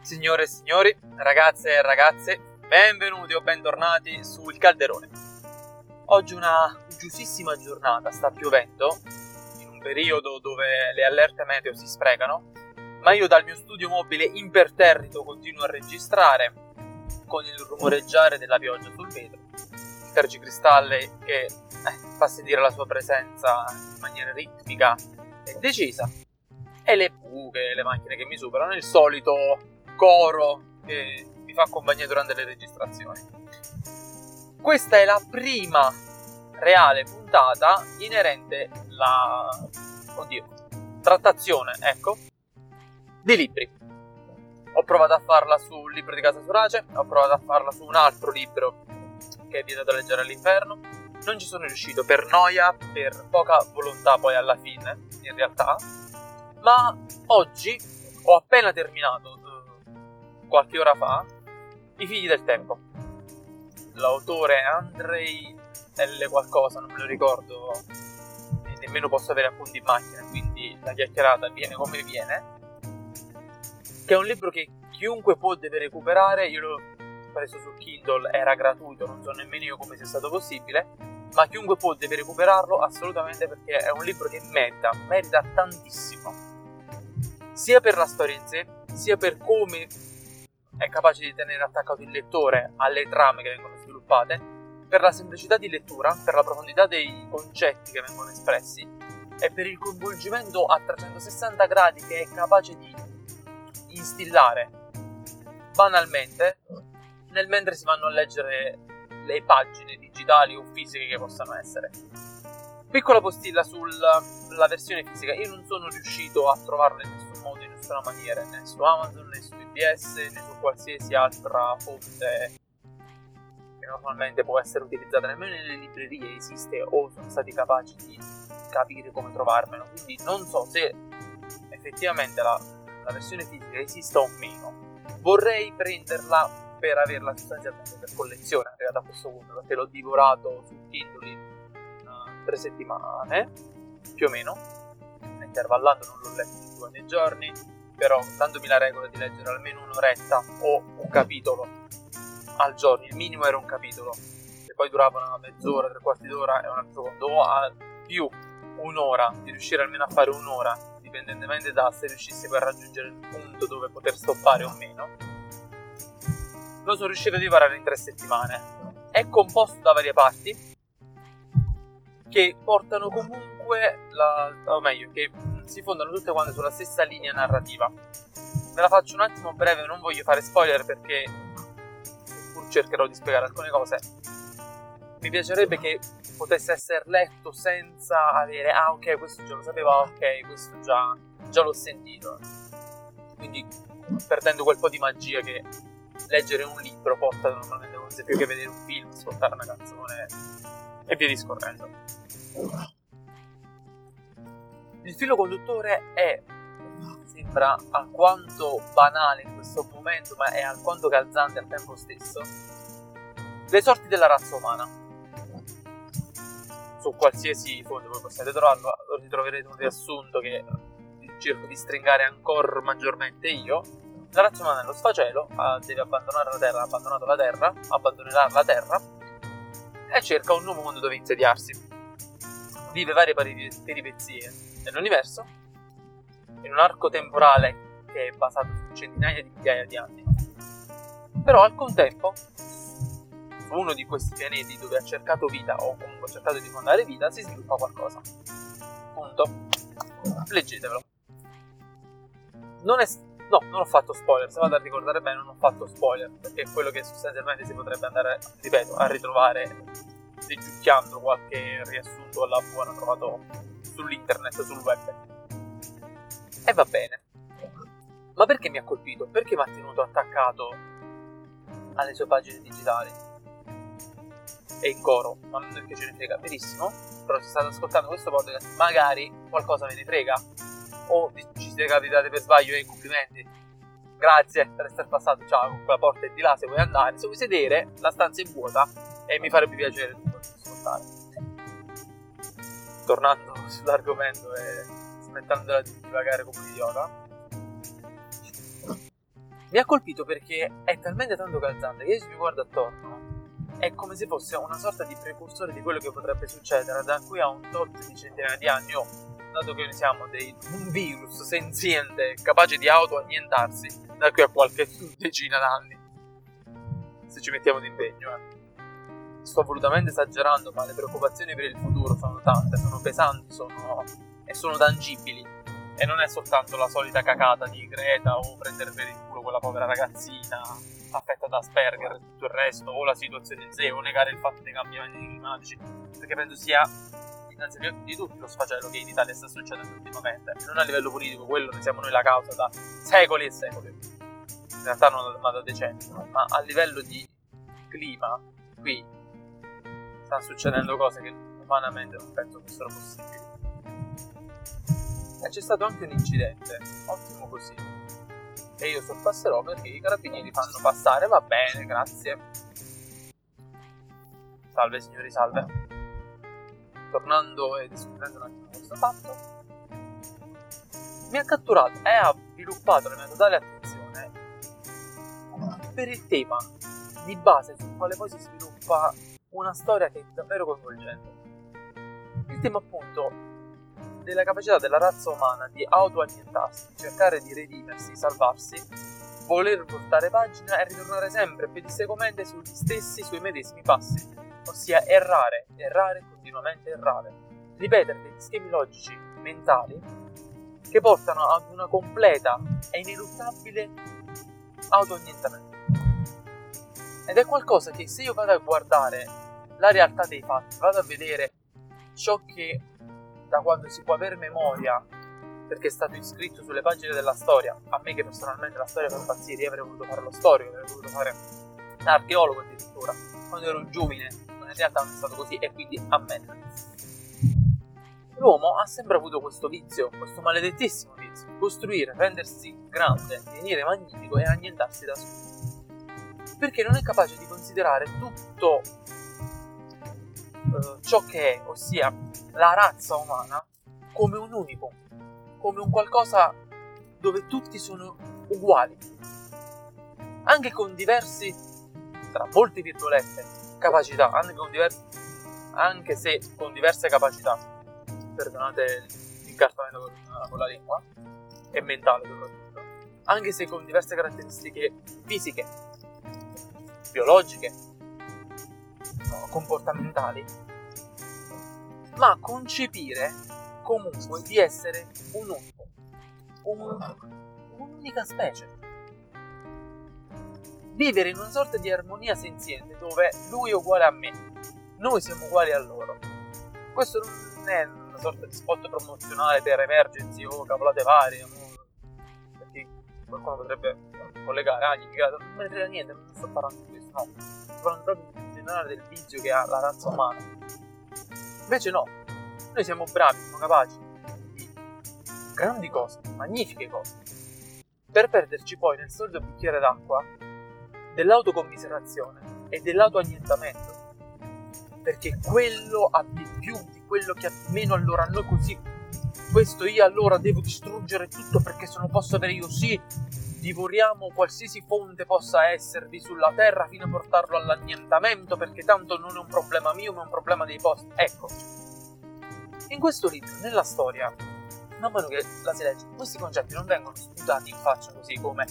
Signore e signori, ragazze e ragazze, benvenuti o bentornati sul Calderone. Oggi una giustissima giornata, sta piovendo, in un periodo dove le allerte meteo si sprecano, ma io dal mio studio mobile imperterrito continuo a registrare, con il rumoreggiare della pioggia sul vetro, il tergicristallo che fa sentire la sua presenza in maniera ritmica e decisa, e le buche, le macchine che mi superano, il solito coro che mi fa compagnia durante le registrazioni. Questa è la prima reale puntata inerente alla trattazione, di libri. Ho provato a farla sul libro di Casa Surace, ho provato a farla su un altro libro che è vietato leggere all'inferno. Non ci sono riuscito per noia, per poca volontà poi alla fine, in realtà. Ma oggi ho appena terminato, qualche ora fa, I figli del tempo. L'autore è Andrei L. qualcosa, non me lo ricordo, e nemmeno posso avere appunti in macchina, quindi la chiacchierata viene come viene. Che è un libro che chiunque può deve recuperare. Io l'ho preso su Kindle, era gratuito, non so nemmeno io come sia stato possibile, ma chiunque può deve recuperarlo assolutamente, perché è un libro che merita tantissimo, sia per la storia in sé, sia per come è capace di tenere attaccato il lettore alle trame che vengono sviluppate, per la semplicità di lettura, per la profondità dei concetti che vengono espressi e per il coinvolgimento a 360 gradi che è capace di instillare banalmente nel mentre si vanno a leggere le pagine digitali o fisiche che possano essere. Piccola postilla sulla versione fisica: io non sono riuscito a trovarla in nessun modo, in nessuna maniera, né su Amazon, né su IBS, né su qualsiasi altra fonte che normalmente può essere utilizzata. Nemmeno nelle librerie esiste o sono stati capaci di capire come trovarmelo, quindi non so se effettivamente la versione fisica esista o meno. Vorrei prenderla per averla sostanzialmente per collezione, arrivato a questo punto, perché l'ho divorato su Kindle in 3 settimane più o meno, intervallando, non l'ho letto tutti quanti i giorni, però dandomi la regola di leggere almeno un'oretta o un capitolo al giorno. Il minimo era un capitolo, che poi durava una mezz'ora, 3/4 d'ora, è un altro conto, o a più un'ora, di riuscire almeno a fare un'ora, indipendentemente da se riuscissi poi a raggiungere il punto dove poter stoppare o meno. Lo sono riuscito a divorare in 3 settimane. È composto da varie parti che portano comunque che si fondano tutte quante sulla stessa linea narrativa. Me la faccio un attimo breve, non voglio fare spoiler perché pur cercherò di spiegare alcune cose. Mi piacerebbe che potesse essere letto senza avere ok, questo già lo sapevo, ok, questo già l'ho sentito, quindi perdendo quel po' di magia che leggere un libro porta normalmente con sé, più che vedere un film, ascoltare una canzone e via discorrendo. Il filo conduttore sembra alquanto banale in questo momento, ma è alquanto calzante al tempo stesso: le sorti della razza umana. Su qualsiasi fonte voi possiate trovarlo, ritroverete un riassunto che cerco di stringare ancora maggiormente io. La razza umana è lo sfacelo, deve abbandonare la Terra, ha abbandonato la Terra, abbandonerà la Terra e cerca un nuovo mondo dove insediarsi. Vive varie peripezie nell'universo, in un arco temporale che è basato su centinaia di migliaia di anni. Però al contempo, su uno di questi pianeti dove ha cercato vita, o comunque ha cercato di fondare vita, si sviluppa qualcosa. Punto. Leggetevelo. Non ho fatto spoiler, se vado a ricordare bene non ho fatto spoiler, perché è quello che sostanzialmente si potrebbe andare, ripeto, a ritrovare degiucchiando qualche riassunto alla buona trovato sull'internet, sul web. E va bene. Ma perché mi ha colpito? Perché mi ha tenuto attaccato alle sue pagine digitali e in coro? Ma non è che ce ne frega, verissimo. Però se state ascoltando questo podcast magari qualcosa ve ne frega, o ci siete capitate per sbaglio e complimenti, grazie per essere passato, ciao, la porta è di là se vuoi andare, se vuoi sedere la stanza è vuota e mi farebbe piacere ascoltare. Tornando sull'argomento e smettendola di divagare come un idiota, Mi ha colpito perché è talmente tanto calzante che io, se mi guardo attorno, è come se fosse una sorta di precursore di quello che potrebbe succedere da qui a un tot di centinaia di anni, o dato che noi siamo un virus senziente capace di autoannientarsi, da qui a qualche decina d'anni, se ci mettiamo d'impegno. Sto volutamente esagerando, ma le preoccupazioni per il futuro sono tante, sono pesanti, sono tangibili, e non è soltanto la solita cacata di Greta o prendere per il culo quella povera ragazzina affetta da Asperger e tutto il resto, o la situazione in sé, o negare il fatto dei cambiamenti climatici, perché penso sia innanzi agli occhi di tutti lo sfacelo che in Italia sta succedendo ultimamente. Non a livello politico, quello ne siamo noi la causa da secoli e secoli, in realtà non da decenni, ma a livello di clima qui stanno succedendo cose che umanamente non penso fossero possibili. E c'è stato anche un incidente, ottimo così, e io sorpasserò perché i carabinieri fanno passare. Va bene, grazie. Salve signori, salve. Tornando e discutendo un attimo questo fatto, mi ha catturato e ha sviluppato la mia totale attenzione per il tema di base sul quale poi si sviluppa una storia che è davvero coinvolgente. Il tema appunto della capacità della razza umana di autoannientarsi, cercare di redimersi, salvarsi, voler portare pagina e ritornare sempre pedissequamente sui medesimi passi, ossia errare, continuamente errare, ripetere degli schemi logici mentali che portano ad una completa e ineluttabile autoannientamento. Ed è qualcosa che, se io vado a guardare la realtà dei fatti, vado a vedere ciò che da quando si può avere memoria, perché è stato iscritto sulle pagine della storia, a me che personalmente la storia fa impazzire, io avrei voluto fare lo storico, avrei voluto fare l'archeologo addirittura, quando ero giovane, ma in realtà non è stato così, e quindi amen. L'uomo ha sempre avuto questo vizio, questo maledettissimo vizio, costruire, rendersi grande, venire magnifico e annientarsi da solo, perché non è capace di considerare tutto ciò che è, ossia la razza umana, come un unico, come un qualcosa dove tutti sono uguali, anche con diversi, tra molte virgolette, capacità, anche se con diverse capacità, perdonate l'incartamento con la lingua, e mentale soprattutto, anche se con diverse caratteristiche fisiche, biologiche, comportamentali, ma concepire comunque di essere un unico, un'unica specie, vivere in una sorta di armonia senziente dove lui è uguale a me, noi siamo uguali a loro. Questo non è una sorta di spot promozionale per Emergency o cavolate varie, perché qualcuno potrebbe collegare gli immigrati, non me ne frega niente, non sto parlando di questo, no, sto parlando proprio in generale del vizio che ha la razza umana. Invece no, noi siamo bravi, siamo capaci di grandi cose, magnifiche cose, per perderci poi nel solido bicchiere d'acqua dell'autocommiserazione e dell'autoannientamento, perché quello ha di più di quello che ha meno, allora noi così, questo io allora devo distruggere tutto perché se non posso avere io, sì, divoriamo qualsiasi fonte possa esservi sulla terra fino a portarlo all'annientamento, perché tanto non è un problema mio ma è un problema dei posti. Ecco, in questo libro, nella storia, man mano che la si legge, questi concetti non vengono sputati in faccia così come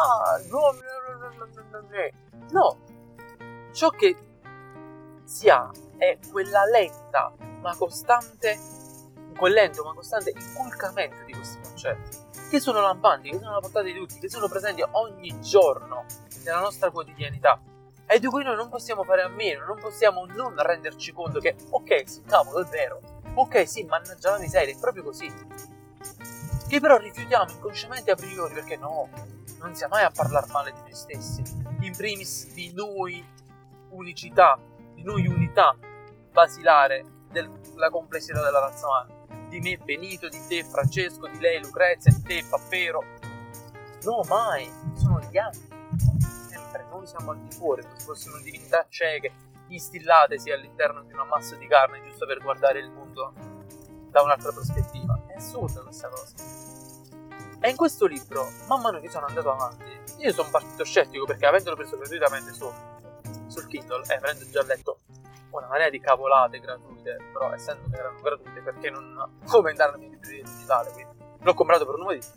no, ciò che si ha è quella lento ma costante inculcamento di questi concetti, che sono lampanti, che sono alla portata di tutti, che sono presenti ogni giorno nella nostra quotidianità e di cui noi non possiamo fare a meno, non possiamo non renderci conto che ok, sì, cavolo, è vero, ok, sì, mannaggia la miseria, è proprio così, che però rifiutiamo inconsciamente a priori, perché no, non sia mai a parlare male di noi stessi, in primis di noi unicità, di noi unità basilare della complessità della razza umana, di me Benito, di te Francesco, di lei Lucrezia, di te Pappero. No, mai, sono gli altri, sempre, noi siamo al di fuori, come se fossimo divinità cieche, instillatesi all'interno di un ammasso di carne giusto per guardare il mondo da un'altra prospettiva. È assurda questa cosa. E in questo libro, man mano che sono andato avanti, io sono partito scettico perché avendolo preso gratuitamente sul Kindle e avendo già letto una marea di cavolate gratuite, però essendo che erano gratuite, perché non fomentarmi in libreria digitale, quindi l'ho comprato per un motivo.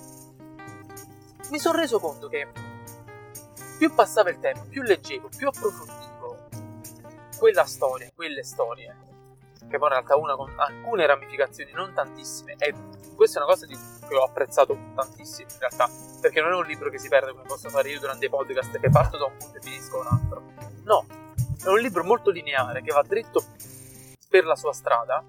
Mi sono reso conto che più passava il tempo, più leggevo, più approfondivo quelle storie, che poi in realtà una con alcune ramificazioni, non tantissime, e questa è una cosa che ho apprezzato tantissimo in realtà, perché non è un libro che si perde come posso fare io durante i podcast, che parto da un punto e finisco un altro. No, è un libro molto lineare che va dritto per la sua strada,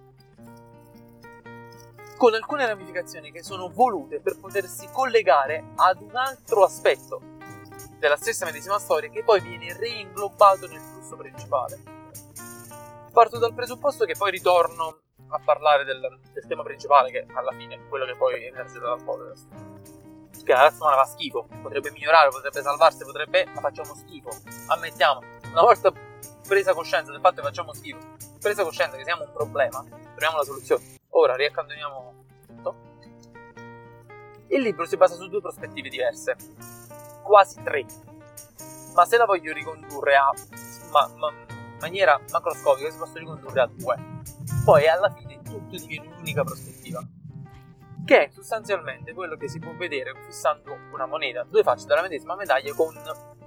con alcune ramificazioni che sono volute per potersi collegare ad un altro aspetto della stessa medesima storia che poi viene reinglobato nel flusso principale. Parto dal presupposto che poi ritorno a parlare del tema principale, che alla fine è quello che poi emerge dal podcast. Che la razza umana fa schifo, potrebbe migliorare, potrebbe salvarsi, ma facciamo schifo. Ammettiamo, una volta presa coscienza del fatto che facciamo schifo, presa coscienza che siamo un problema, troviamo la soluzione. Ora riaccantoniamo tutto. Il libro si basa su due prospettive diverse, quasi tre, ma se la voglio ricondurre a maniera macroscopica si possono ricondurre a due. Poi alla fine tutto diviene un'unica prospettiva, che è sostanzialmente quello che si può vedere fissando una moneta, due facce della medesima medaglia con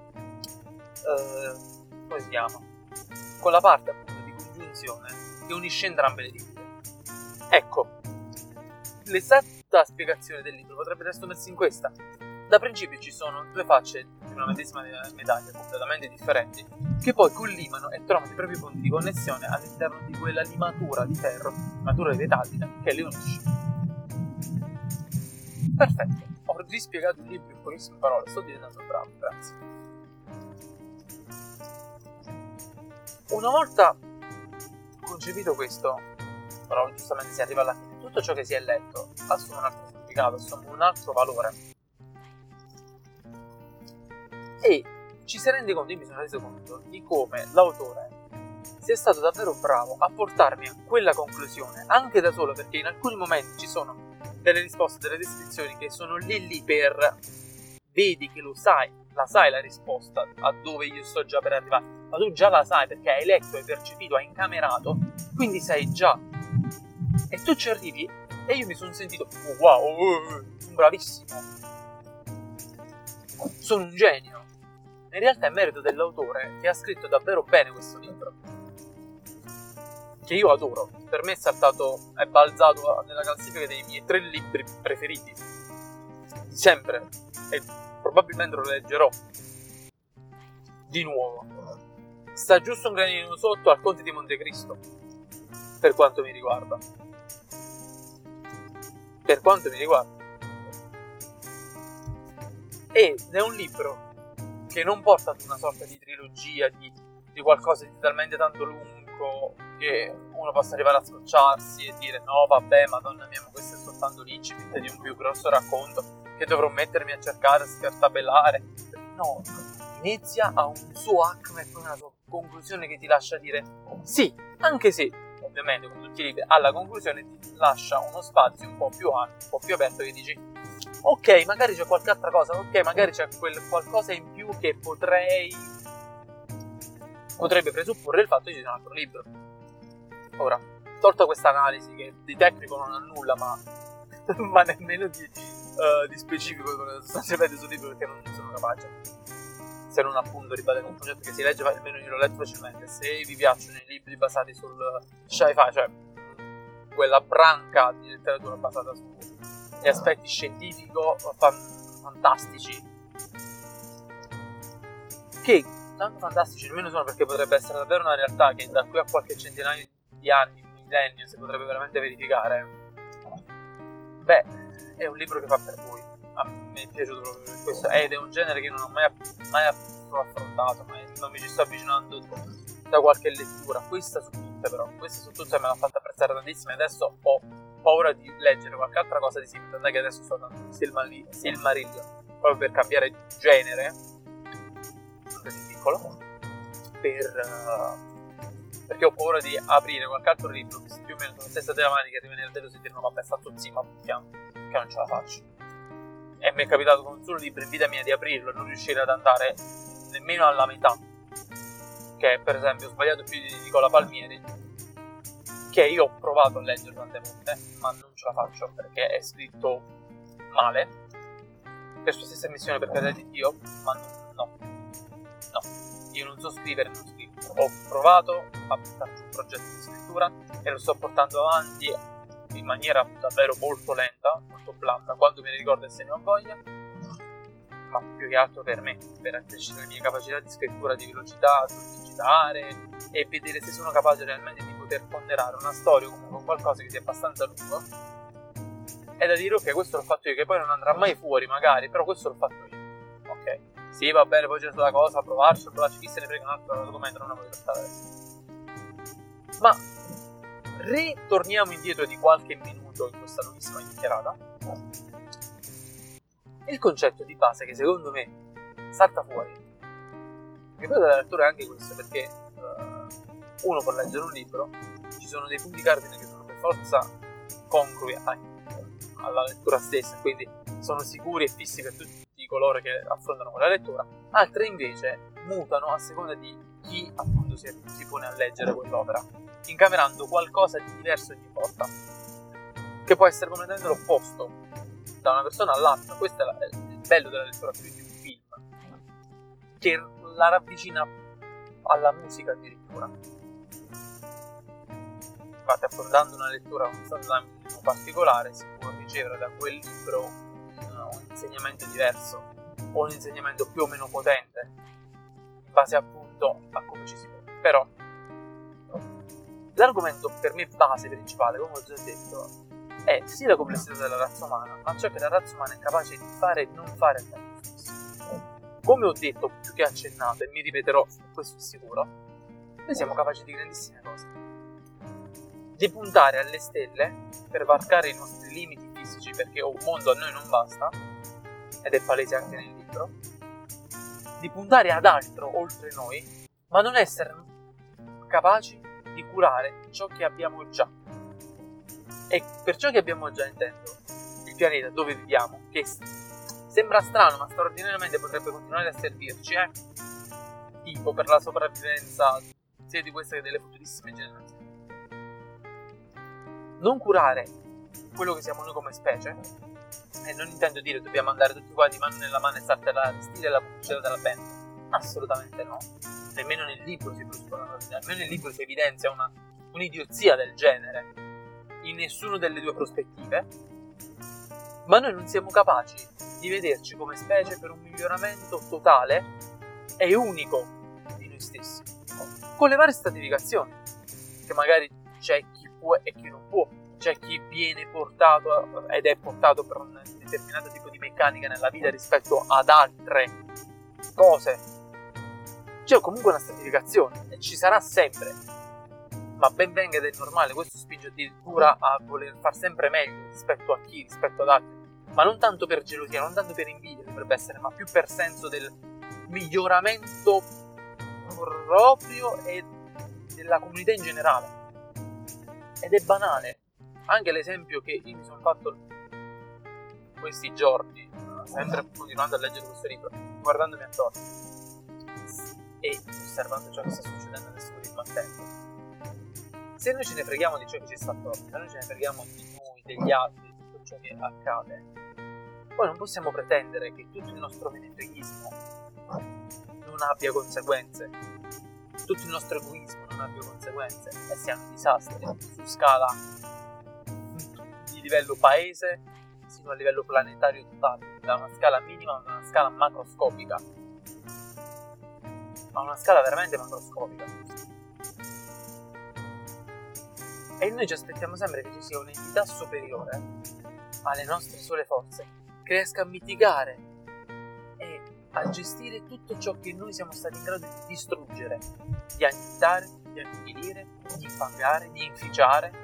come si chiama? Con la parte appunto di congiunzione che unisce entrambe le linee. Ecco, l'esatta spiegazione del libro potrebbe trasformarsi in questa. Da principio ci sono due facce di una medesima medaglia completamente differenti che poi collimano e trovano i propri punti di connessione all'interno di quella limatura di ferro, limatura di metallica che le unisce. Perfetto, ho rispiegato il libro in pochissime parole, sto diventando bravo, grazie. Una volta concepito questo, però giustamente si arriva alla fine, tutto ciò che si è letto assume un altro significato, assume un altro valore. E ci si rende conto, io mi sono reso conto di come l'autore sia stato davvero bravo a portarmi a quella conclusione, anche da solo, perché in alcuni momenti ci sono delle risposte, delle descrizioni che sono lì per vedi che lo sai, la risposta a dove io sto già per arrivare, ma tu già la sai perché hai letto, hai percepito, hai incamerato, quindi sai già. E tu ci arrivi e io mi sono sentito wow, sono bravissimo, sono un genio. In realtà è merito dell'autore che ha scritto davvero bene questo libro, che io adoro. Per me è balzato nella classifica dei miei 3 libri preferiti di sempre, e probabilmente lo leggerò di nuovo. Sta giusto un gradino sotto al Conte di Montecristo, per quanto mi riguarda. Ed è un libro che non porta ad una sorta di trilogia, di qualcosa di talmente tanto lungo che uno possa arrivare a scocciarsi e dire no vabbè, madonna mia, ma questo è soltanto l'incipit di un più grosso racconto che dovrò mettermi a cercare, a scartabellare. No, inizia a un suo acme e poi una sua conclusione che ti lascia dire sì, anche se ovviamente con tutti i libri alla conclusione ti lascia uno spazio un po' più ampio, un po' più aperto, che dici ok, magari c'è qualche altra cosa, ok, magari c'è qualcosa in più che potrebbe presupporre il fatto che ci sia un altro libro. Ora, tolta questa analisi che di tecnico non ha nulla, ma nemmeno di specifico sostanzialmente sul libro, perché non sono capace, se non appunto ribadere un concetto che si legge, almeno io l'ho letto facilmente. Se vi piacciono i libri basati sul sci-fi, cioè quella branca di letteratura basata sugli aspetti scientifico-fantastici, che tanto fantastici nemmeno sono, perché potrebbe essere davvero una realtà che da qui a qualche centinaio di anni, un millennio, si potrebbe veramente verificare. Beh, è un libro che fa per voi. A me è piaciuto proprio per questo, ed è un genere che non ho mai affrontato, ma non mi ci sto avvicinando da qualche lettura. Questa su tutte me l'ha fatta apprezzare tantissimo, e adesso ho paura di leggere qualche altra cosa di simile, tant'è che adesso sto dando Silmarillion proprio per cambiare genere, anche se piccolo, perché ho paura di aprire qualche altro libro che più o meno sulla stessa tematica e rimanere dello e dire no vabbè, sta tutto zitto, che non ce la faccio. e mi è capitato con un solo libro in vita mia di aprirlo e non riuscire ad andare nemmeno alla metà, che per esempio Ho sbagliato più di Nicola Palmieri, che io ho provato a leggere tante volte ma non ce la faccio perché è scritto male, per sua stessa missione, per carità di Dio, ma no, io non so scrivere, non scrivo. Ho provato a portarci un progetto di scrittura e lo sto portando avanti in maniera davvero molto lenta, molto blanda, quando me ne ricordo e se ne ho voglia, ma più che altro per me, per accrescere le mie capacità di scrittura, di velocità, di digitare e vedere se sono capace realmente di poter ponderare una storia o comunque qualcosa che sia abbastanza lungo. È da dire, ok, questo l'ho fatto io, che poi non andrà mai fuori magari, però questo l'ho fatto io, ok? Sì, va bene, poi c'è stata cosa, provarci, chi se ne frega, un altro documento, non la voglio trattare adesso. Ma ritorniamo indietro di qualche minuto in questa lunghissima chiacchierata. Il concetto di base che secondo me salta fuori, che poi dalla lettura è anche questo, perché uno può leggere un libro, ci sono dei punti cardine che sono per forza congrui alla lettura stessa, quindi sono sicuri e fissi per tutti coloro che affrontano quella lettura, altre invece mutano a seconda di chi appunto si pone a leggere quell'opera, incamerando qualcosa di diverso ogni volta, che può essere completamente l'opposto da una persona all'altra. Questo è il bello della lettura più di un film, che la ravvicina alla musica addirittura. Infatti, affrontando una lettura con un ambito particolare, si può ricevere da quel libro un insegnamento diverso o un insegnamento più o meno potente in base appunto a come ci si muove. Però l'argomento per me base principale, come ho già detto, è sì la complessità della razza umana, ma ciò che la razza umana è capace di fare e non fare al tempo stesso. Come ho detto più che accennato, e mi ripeterò, questo è sicuro, noi siamo capaci di grandissime cose, di puntare alle stelle per varcare i nostri limiti fisici, perché un mondo a noi non basta, ed è palese anche nel libro, di puntare ad altro oltre noi, ma non essere capaci di curare ciò che abbiamo già. E per ciò che abbiamo già intendo il pianeta dove viviamo, che sembra strano ma straordinariamente potrebbe continuare a servirci, tipo per la sopravvivenza sia di questa che delle futurissime generazioni. Non curare quello che siamo noi come specie, e non intendo dire dobbiamo andare tutti quanti mano nella mano e saltare la stile e la pubblicità della band, assolutamente no, nemmeno nel libro si presuppone, nemmeno nel libro si evidenzia un'idiozia del genere in nessuna delle due prospettive, ma noi non siamo capaci di vederci come specie per un miglioramento totale e unico di noi stessi, con le varie stratificazioni, che magari c'è chi può e chi non può, c'è chi viene portato ed è portato per un determinato tipo di meccanica nella vita rispetto ad altre cose. C'è comunque una stratificazione e ci sarà sempre, ma ben venga ed è normale. Questo spinge addirittura a voler far sempre meglio rispetto a chi, rispetto ad altri, ma non tanto per gelosia, non tanto per invidia dovrebbe essere, ma più per senso del miglioramento proprio e della comunità in generale. Ed è banale anche l'esempio che io mi sono fatto questi giorni, sempre continuando a leggere questo libro, guardandomi attorno e osservando ciò che sta succedendo nel suo ritmo attento. Se noi ce ne freghiamo di ciò che ci sta attorno, se noi ce ne freghiamo di noi, degli altri, di tutto ciò che accade, poi non possiamo pretendere che tutto il nostro menefreghismo non abbia conseguenze, tutto il nostro egoismo non abbia conseguenze e siano disastri su scala di livello paese sino a livello planetario totale, da una scala minima a una scala macroscopica, a una scala veramente macroscopica. E noi ci aspettiamo sempre che ci sia un'entità superiore alle nostre sole forze che riesca a mitigare e a gestire tutto ciò che noi siamo stati in grado di distruggere, di annientare, di annichilire, di infangare, di inficiare.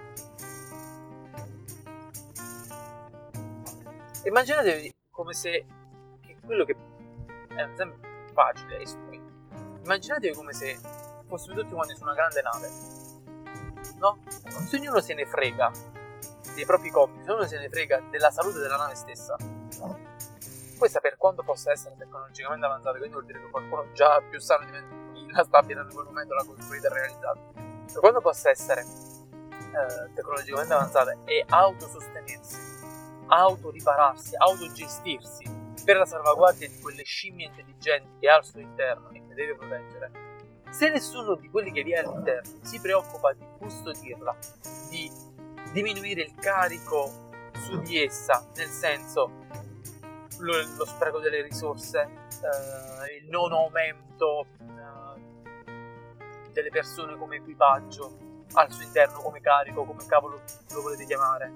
Immaginatevi come se, che quello che è un esempio facile e stupido, immaginatevi come se fossimo tutti quanti su una grande nave, no? Se ognuno se ne frega dei propri compiti, se ognuno se ne frega della salute della nave stessa, questa per quanto possa essere tecnologicamente avanzata, quindi vuol dire che qualcuno già più sano di chi la sta abitando in quel momento l'ha costruita e realizzata, per quanto possa essere tecnologicamente avanzata e autosostenersi, autoripararsi, autogestirsi per la salvaguardia di quelle scimmie intelligenti che ha al suo interno e che deve proteggere, se nessuno di quelli che vi è all'interno si preoccupa di custodirla, di diminuire il carico su di essa, nel senso lo spreco delle risorse, il non aumento delle persone come equipaggio al suo interno, come carico, come cavolo lo volete chiamare,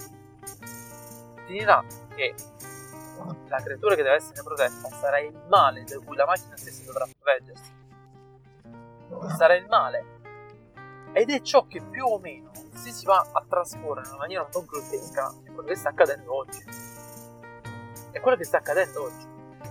finirà che la creatura che deve essere protetta sarà il male da cui la macchina stessa dovrà proteggersi. Sarà il male. Ed è ciò che più o meno, se si va a trasporre in una maniera un po' grottesca, è quello che sta accadendo oggi. È quello che sta accadendo oggi.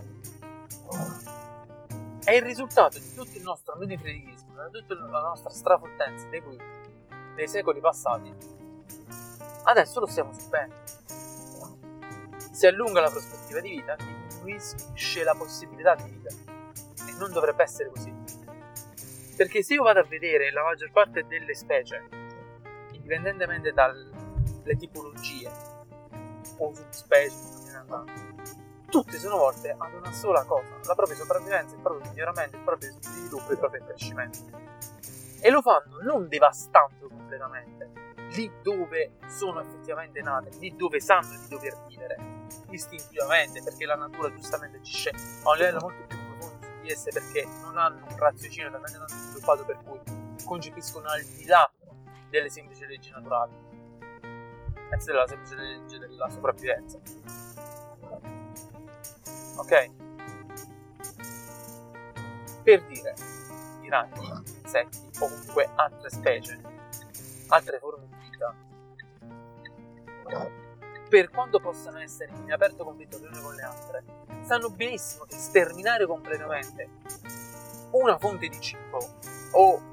È il risultato di tutto il nostro menefreghismo, di tutta la nostra strafottenza dei secoli passati. Adesso lo stiamo subendo. Si allunga la prospettiva di vita, diminuisce la possibilità di vita. E non dovrebbe essere così. Perché se io vado a vedere la maggior parte delle specie, indipendentemente dalle tipologie o subspecie, tutte sono volte ad una sola cosa: la propria sopravvivenza, il proprio miglioramento, il proprio sviluppo, il proprio crescimento. E lo fanno non devastando completamente lì dove sono effettivamente nate, lì dove sanno di dover vivere istintivamente, perché la natura giustamente agisce a un livello molto più profondo su di esse, perché non hanno un raziocinio talmente tanto sviluppato per cui concepiscono al di là delle semplici leggi naturali, anzi della semplice legge della sopravvivenza. Ok? Per dire, i ragni, insetti o comunque altre specie, altre forme di vita, per quanto possano essere in aperto conflitto le une con le altre, sanno benissimo che sterminare completamente una fonte di cibo o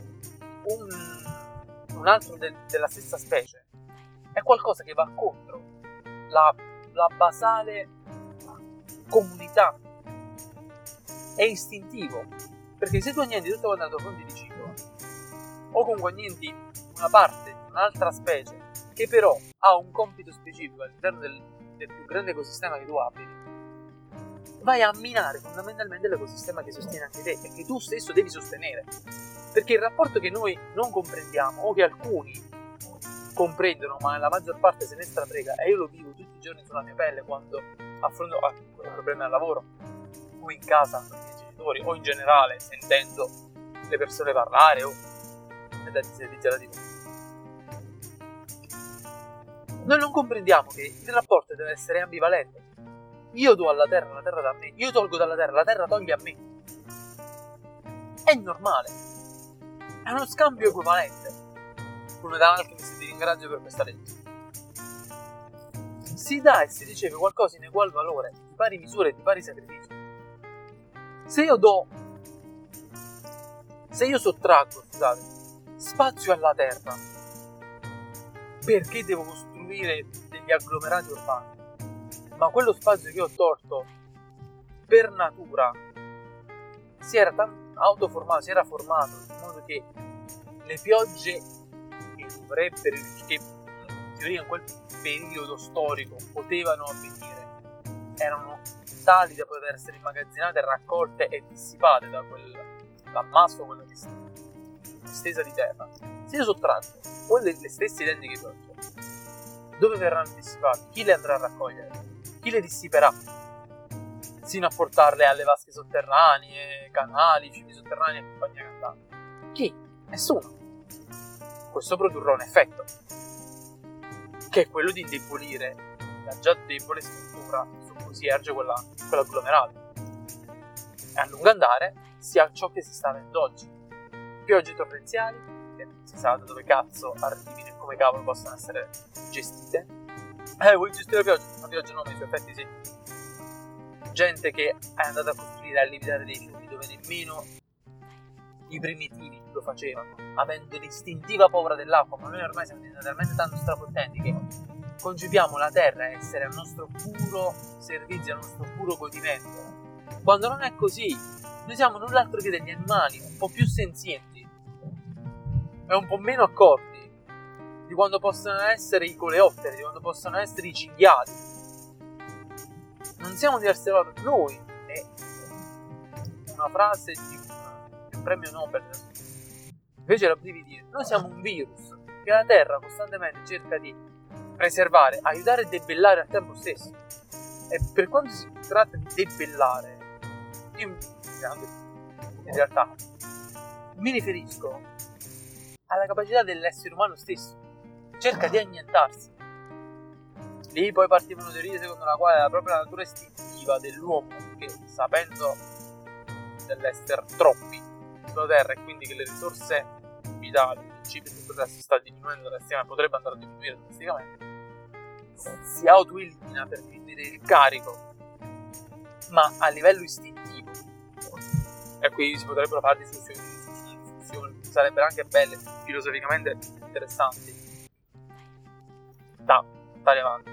un altro della stessa specie è qualcosa che va contro la basale comunità. È istintivo, perché se tu annienti tutta quanta la tua fonte di cibo o comunque annienti una parte di un'altra specie che però ha un compito specifico all'interno del più grande ecosistema che tu abiti, vai a minare fondamentalmente l'ecosistema che sostiene anche te e che tu stesso devi sostenere. Perché il rapporto che noi non comprendiamo, o che alcuni comprendono ma la maggior parte se ne strafrega, e io lo vivo tutti i giorni sulla mia pelle quando affronto problemi al lavoro o in casa con i miei genitori o in generale sentendo le persone parlare o da disservizi. Noi non comprendiamo che il rapporto deve essere ambivalente. Io do alla terra, la terra da me. Io tolgo dalla terra, la terra toglie a me. È normale. È uno scambio equivalente. Come da Alchemist ti ringrazio per questa legge. Si dà e si riceve qualcosa in egual valore, di pari misure e di pari sacrificio. Se io sottraggo, spazio alla terra, perché devo costruire degli agglomerati urbani? Ma quello spazio che ho tolto per natura si era autoformato, si era formato in modo che le piogge che in teoria in quel periodo storico potevano avvenire erano tali da poter essere immagazzinate, raccolte e dissipate da quell'ammasso, quella distesa di terra. Se io sottraggo quelle le stesse identiche piogge, dove verranno dissipate? Chi le andrà a raccogliere? Chi le dissiperà? Sino a portarle alle vasche sotterranee, canali, fiumi sotterranei e compagnia cantante. Chi? Nessuno. Questo produrrà un effetto, che è quello di indebolire la già debole struttura su cui si erge quell'agglomerato. E a lungo andare si ha ciò che si sta avendo oggi. Piogge torrenziali, che non si sa da dove cazzo arrivino e come cavolo possono essere gestite. Vuoi gestire la pioggia no, ma i suoi effetti sì. Gente che è andata a costruire e a limitare dei fiumi dove nemmeno i primitivi lo facevano, avendo l'istintiva paura dell'acqua, ma noi ormai siamo diventati talmente tanto strafottenti che concepiamo la terra essere al nostro puro servizio, al nostro puro godimento, quando non è così. Noi siamo null'altro che degli animali, un po' più senzienti e un po' meno accorti di quando possono essere i coleotteri, di quando possono essere i cinghiali. Non siamo diversi da loro. Noi, è una frase di un premio Nobel, invece la potevi dire, noi siamo un virus che la Terra costantemente cerca di preservare, aiutare e debellare al tempo stesso. E per quanto si tratta di debellare, io in realtà mi riferisco alla capacità dell'essere umano stesso. Cerca di annientarsi. Lì poi partivano teorie secondo la quale la propria natura istintiva dell'uomo, che sapendo dell'essere troppi sulla Terra e quindi che le risorse vitali, il cibo e tutto il resto sta diminuendo drasticamente, potrebbe andare a diminuire drasticamente, si autoelimina per diminuire il carico, ma a livello istintivo. E qui si potrebbero fare discussioni, sarebbero anche belle, filosoficamente interessanti. Stare avanti.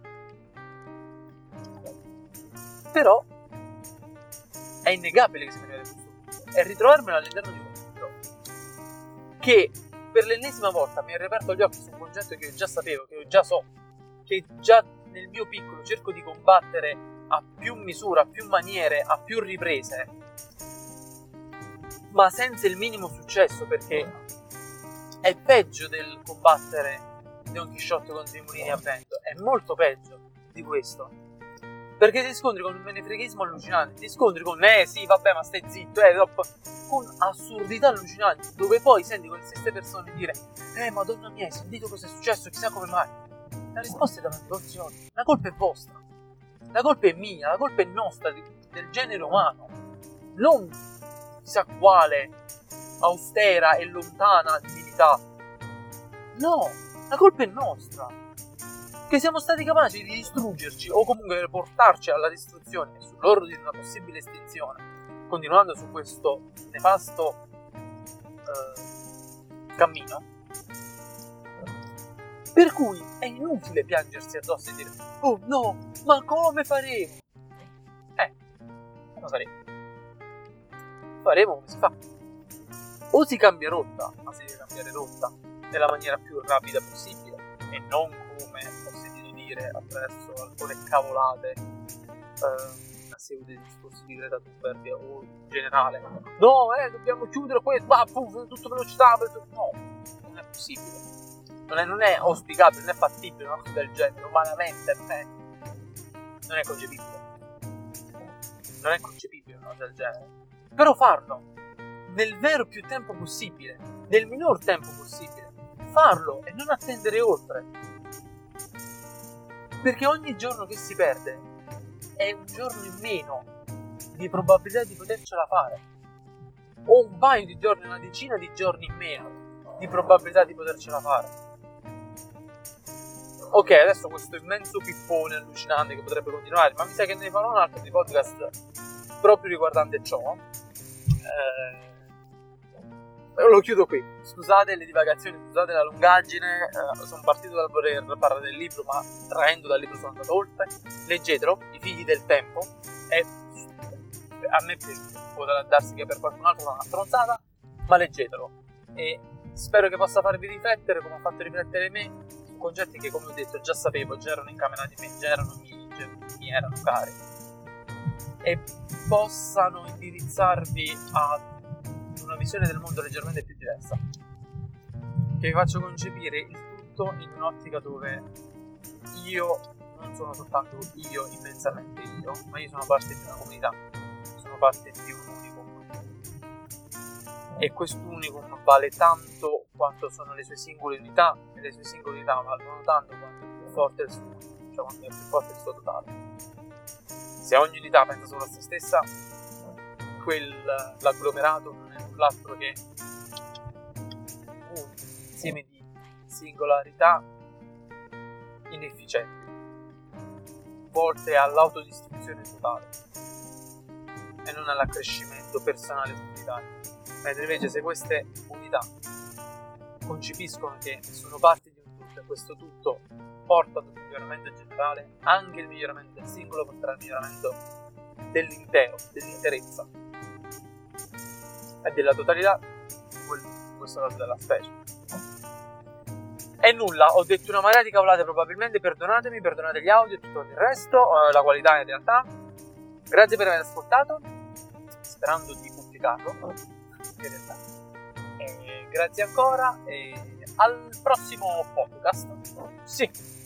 Però è innegabile che si arrivi a questo punto. E ritrovarmelo all'interno di un libro che per l'ennesima volta mi ha riaperto gli occhi su un concetto che io già sapevo, che io già so, che già nel mio piccolo cerco di combattere a più misura, a più maniere, a più riprese, ma senza il minimo successo, perché è peggio del combattere Don Chisciotte contro i mulini a vento, è molto peggio di questo, perché ti scontri con un menefreghismo allucinante, ti scontri con sì vabbè ma stai zitto, con assurdità allucinanti, dove poi senti quelle stesse persone dire madonna mia, hai sentito cosa è successo, chissà come mai. La risposta è davanti ai vostri occhi. La colpa è vostra, la colpa è mia, la colpa è nostra, del genere umano, non chissà quale austera e lontana divinità. No, la colpa è nostra, che siamo stati capaci di distruggerci o comunque portarci alla distruzione e sull'orlo di una possibile estinzione, continuando su questo nefasto cammino. Per cui è inutile piangersi addosso e dire oh no, ma come faremo? Come faremo? Faremo come si fa. O si cambia rotta, ma si deve cambiare rotta nella maniera più rapida possibile e non come ho sentito dire attraverso alcune cavolate a seguito di discorsi di Greta Thunberg o in generale. No, dobbiamo chiudere questo, tutto velocità, no, non è possibile. Non è auspicabile, non è fattibile una cosa del genere, umanamente non è concepibile. Non è concepibile una cosa del genere. Però farlo nel vero più tempo possibile, nel minor tempo possibile, farlo e non attendere oltre. Perché ogni giorno che si perde è un giorno in meno di probabilità di potercela fare, o un paio di giorni, una decina di giorni in meno di probabilità di potercela fare. Ok, adesso questo immenso pippone allucinante che potrebbe continuare, ma mi sa che ne farò un altro di podcast proprio riguardante ciò. Lo chiudo qui. Scusate le divagazioni, scusate la lungaggine. Sono partito dal voler parlare del libro, ma traendo dal libro sono andato oltre. Leggetelo, I figli del tempo. E a me è piaciuto. Potrà darsi che per qualcun altro è una stronzata, ma leggetelo. E spero che possa farvi riflettere, come ha fatto riflettere me, su concetti che, come ho detto, già sapevo, già erano incamerati in me, già mi erano cari, e possano indirizzarvi a una visione del mondo leggermente più diversa, che vi faccio concepire il tutto in un'ottica dove io non sono soltanto io, immensamente io, ma io sono parte di una comunità, sono parte di un unicum, e quest'unicum vale tanto quanto sono le sue singole unità, e le sue singole unità valgono tanto quanto è più forte il suo unicum, cioè quanto è più forte il suo totale. Se ogni unità pensa solo a se stessa, l'agglomerato non è null'altro che un insieme di singolarità inefficienti, volte all'autodistruzione totale e non all'accrescimento personale comunitario. Mentre invece se queste unità concepiscono che sono parte di un tutto e questo tutto porta ad un miglioramento generale, anche il miglioramento del singolo porterà al miglioramento dell'intero, dell'interezza e della totalità, in questo caso della specie. E nulla, ho detto una marea di cavolate probabilmente, perdonatemi, perdonate gli audio e tutto il resto, la qualità in realtà. Grazie per aver ascoltato, sperando di pubblicarlo, in realtà. Grazie ancora e al prossimo podcast. Sì.